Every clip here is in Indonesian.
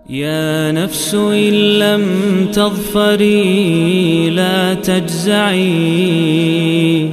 يا نفس إن لم تظفري لا تجزعي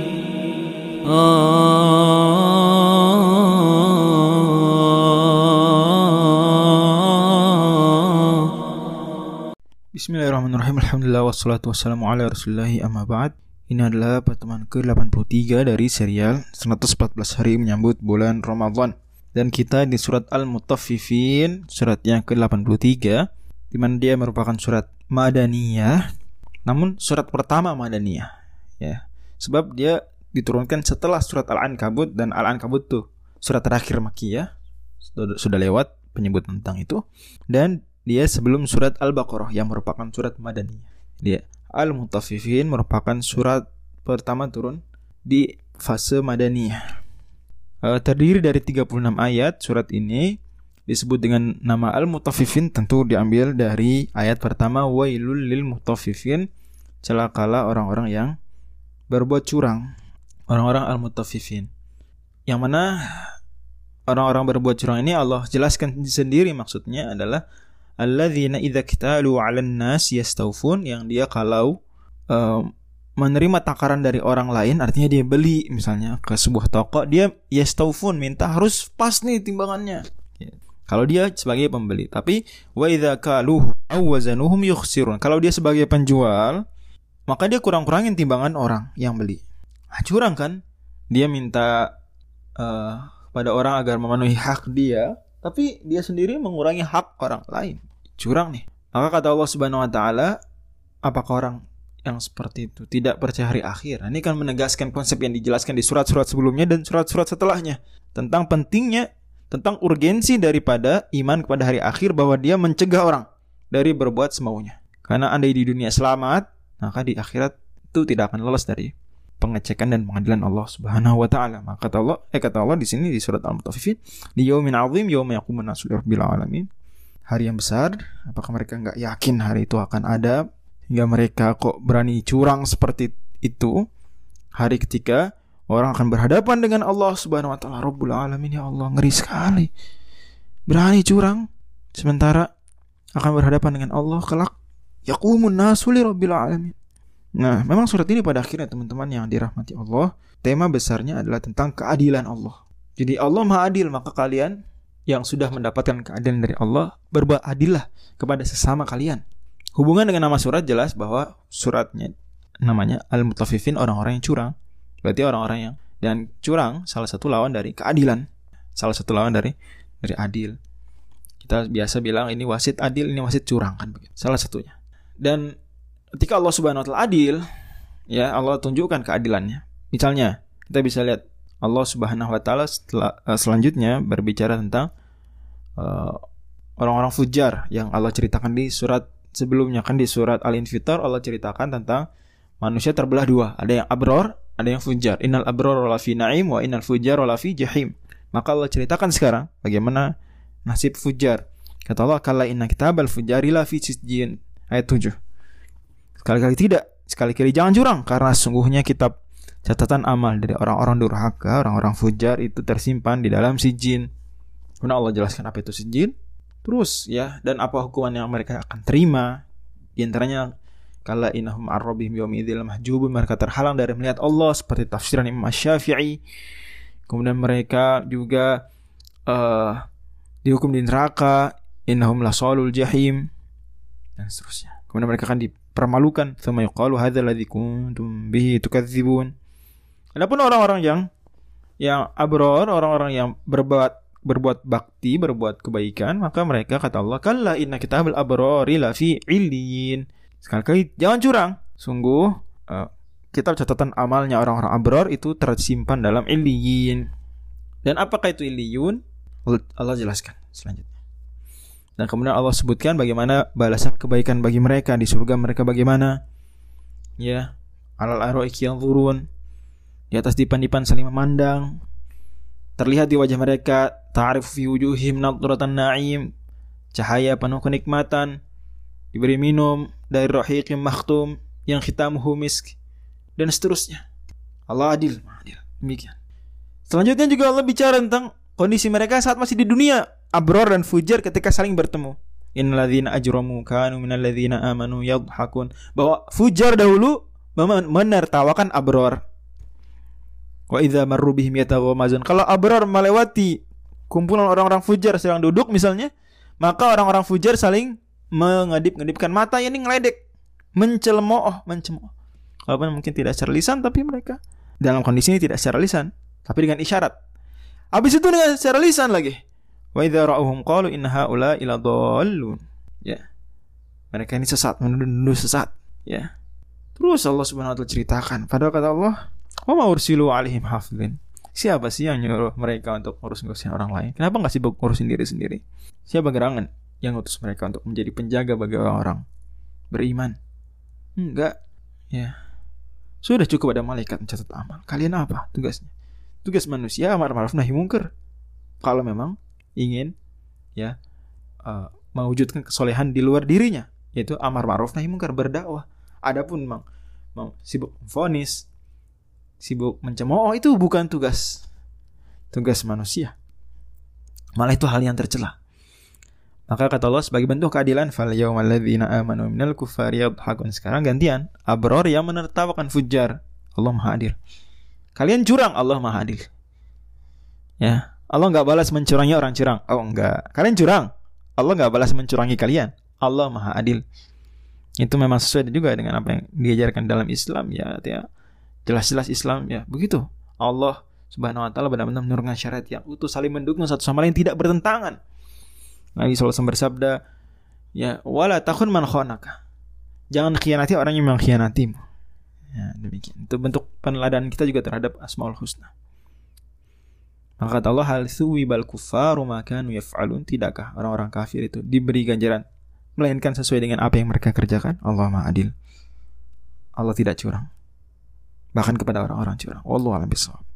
Bismillahirrahmanirrahim. Alhamdulillah wassalatu wassalamu ala rasulillahi amma ba'd. Ini adalah pertemuan ke-83 dari serial 114 hari menyambut bulan Ramadan. Dan kita di surat Al-Mutaffifin, surat yang ke-83, di mana dia merupakan surat Madaniyah, namun surat pertama Madaniyah, ya. Sebab dia diturunkan setelah surat Al-Ankabut, dan Al-Ankabut tuh surat terakhir Makkiyah, sudah lewat penyebutan tentang itu. Dan dia sebelum surat Al-Baqarah yang merupakan surat Madaniyah. Dia Al-Mutaffifin merupakan surat pertama turun di fase Madaniyah. Terdiri dari 36 ayat. Surat ini disebut dengan nama Al-Mutaffifin, tentu diambil dari ayat pertama, Wailul lil mutaffifin, celakalah orang-orang yang berbuat curang. Orang-orang Al-Mutaffifin, yang mana orang-orang berbuat curang ini Allah jelaskan sendiri, maksudnya adalah alladzina idza ktalu 'alan nas yastawfun, yang dia kalau menerima takaran dari orang lain, artinya dia beli misalnya ke sebuah toko, dia yastawfun, minta harus pas nih timbangannya, ya. Kalau dia sebagai pembeli. Tapi wa idza kaluhu aw wazanuhum yukhsirun, kalau dia sebagai penjual, maka dia kurang-kurangin timbangan orang yang beli. Curang kan? Dia minta pada orang agar memenuhi hak dia, tapi dia sendiri mengurangi hak orang lain. Curang nih. Maka kata Allah Subhanahu wa taala, apakah orang yang seperti itu tidak percaya hari akhir? Nah, ini kan menegaskan konsep yang dijelaskan di surat-surat sebelumnya dan surat-surat setelahnya tentang pentingnya, tentang urgensi daripada iman kepada hari akhir, bahwa dia mencegah orang dari berbuat semaunya. Karena andai di dunia selamat, maka di akhirat itu tidak akan lolos dari pengecekan dan pengadilan Allah Subhanahu wa taala. Maka kata Allah di sini di surat Al-Mutaffifin, di yaumin 'adzim yauma yaqumun nasu lirabbil alamin. Hari yang besar, apakah mereka enggak yakin hari itu akan ada, hingga mereka kok berani curang seperti itu? Hari ketika orang akan berhadapan dengan Allah Subhanahu wa taala Rabbul Alamin. Ya Allah, ngeri sekali. Berani curang sementara akan berhadapan dengan Allah kelak. Yaqumun nasu lirabbil alamin. Nah, memang surat ini pada akhirnya, teman-teman yang dirahmati Allah, tema besarnya adalah tentang keadilan Allah. Jadi Allah Maha Adil, maka kalian yang sudah mendapatkan keadilan dari Allah, berbuat adillah kepada sesama kalian. Hubungan dengan nama surat jelas bahwa suratnya namanya Al-Mutaffifin, orang-orang yang curang. Berarti orang-orang yang, dan curang salah satu lawan dari keadilan, salah satu lawan dari adil. Kita biasa bilang ini wasit adil, ini wasit curang, kan begitu. Salah satunya. Dan ketika Allah Subhanahu wa taala adil, ya, Allah tunjukkan keadilannya. Misalnya, kita bisa lihat Allah Subhanahu wa taala selanjutnya berbicara tentang orang-orang fujar yang Allah ceritakan di surat sebelumnya. Kan di surat Al-Infitar Allah ceritakan tentang manusia terbelah dua, ada yang abror, ada yang fujar. Innal abror lafi na'im wa innal fujar lafi jahim. Maka Allah ceritakan sekarang bagaimana nasib fujar. Kata Allah, kalla inna kitabal fujari lafi sijjin, ayat 7. Sekali-kali tidak, sekali-kali jangan curang, karena sungguhnya kitab catatan amal dari orang-orang durhaka, orang-orang fujar itu tersimpan di dalam sijjin. Kemudian Allah jelaskan apa itu sijjin, terus ya, dan apa hukuman yang mereka akan terima. Di antaranya kala innahum ar-rabbihim yawmidzil mahjubun, mereka terhalang dari melihat Allah, seperti tafsiran Imam Syafi'i. Kemudian mereka juga dihukum di neraka, innahum lasalul jahim, dan seterusnya. Kemudian mereka akan dipermalukan, tsumma yuqalu hadzal ladzi kuntum bihi tukadzibun. Adapun orang-orang yang abror, orang-orang yang berbuat bakti, berbuat kebaikan, maka mereka, kata Allah, kalla inna kitabal abrari lafi illiyin. Sekali-kali jangan curang, sungguh kitab catatan amalnya orang-orang abror itu tersimpan dalam illiyin. Dan apakah itu illiyun? Allah jelaskan selanjutnya. Dan kemudian Allah sebutkan bagaimana balasan kebaikan bagi mereka di surga, mereka bagaimana, ya, alal araiki yanzurun, di atas dipan-dipan saling memandang, terlihat di wajah mereka ta'rif fi wujuhim nadratan na'im, cahaya penuh kenikmatan, diberi minum dari rahiqim makhtum yang khitamuhu misk, dan seterusnya. Allah adil. Demikian. Selanjutnya juga Allah bicara tentang kondisi mereka saat masih di dunia, abror dan fujar ketika saling bertemu. Innal ladzina ajramu kanu minal ladzina amanu yadhhakun. Bahwa fujar dahulu menertawakan abror. Wa idza marru bihim yataghamazun. Kalau abror melewati kumpulan orang-orang fujar sedang duduk misalnya, maka orang-orang fujar saling mengedip-ngedipkan mata, yakni ngeledek, mencemooh. Walaupun mungkin tidak secara lisan, tapi mereka dalam kondisi ini tidak secara lisan, tapi dengan isyarat. Habis itu dengan secara lisan lagi. Wa idza ra'uhum qalu inna haula ila dhallun. Ya. Mereka ini sesat, menuduh sesat, ya. Terus Allah Subhanahu wa taala ceritakan, padahal kata Allah, "Wa ma ursilu 'alaihim hafidhin." Siapa sih yang nyuruh mereka untuk ngurusin orang lain? Kenapa enggak sibuk ngurusin diri sendiri? Siapa gerangan yang ngutus mereka untuk menjadi penjaga bagi orang-orang beriman? Enggak. Ya. Sudah cukup ada malaikat mencatat amal. Kalian apa tugasnya? Tugas manusia amar ma'ruf nahi munkar. Kalau memang ingin ya mewujudkan kesolehan di luar dirinya, yaitu amar ma'ruf nahi munkar, berdakwah. Adapun mau sibuk vonis, sibuk mencemooh, itu bukan tugas manusia. Malah itu hal yang tercela. Maka kata Allah sebagai bentuk keadilan, fal yawmal ladzina amanu minal kuffari yadhhakun. Sekarang gantian, abror yang menertawakan fujar. Allah Maha Adil. Kalian curang, Allah Maha Adil. Ya, Allah enggak balas mencurangi orang curang. Oh enggak. Kalian curang, Allah enggak balas mencurangi kalian. Allah Maha Adil. Itu memang sesuai juga dengan apa yang diajarkan dalam Islam, ya. Jelas-jelas Islam, ya. Begitu. Allah Subhanahu wa taala benar-benar menurunkan syariat yang utuh, saling mendukung satu sama lain, tidak bertentangan. Nabi SAW bersabda, ya, wala takhun man khonaka. Jangan khianati orang yang mengkhianatimu. Ya, demikian. Itu bentuk peneladan kita juga terhadap Asmaul Husna. Maka kata Allah, hal thuwibal kuffaru ma kanu yaf'alun. Tidakkah orang-orang kafir itu diberi ganjaran melainkan sesuai dengan apa yang mereka kerjakan? Allah Maha Adil. Allah tidak curang, bahkan kepada orang-orang curang. Wallahu a'lam bishawab.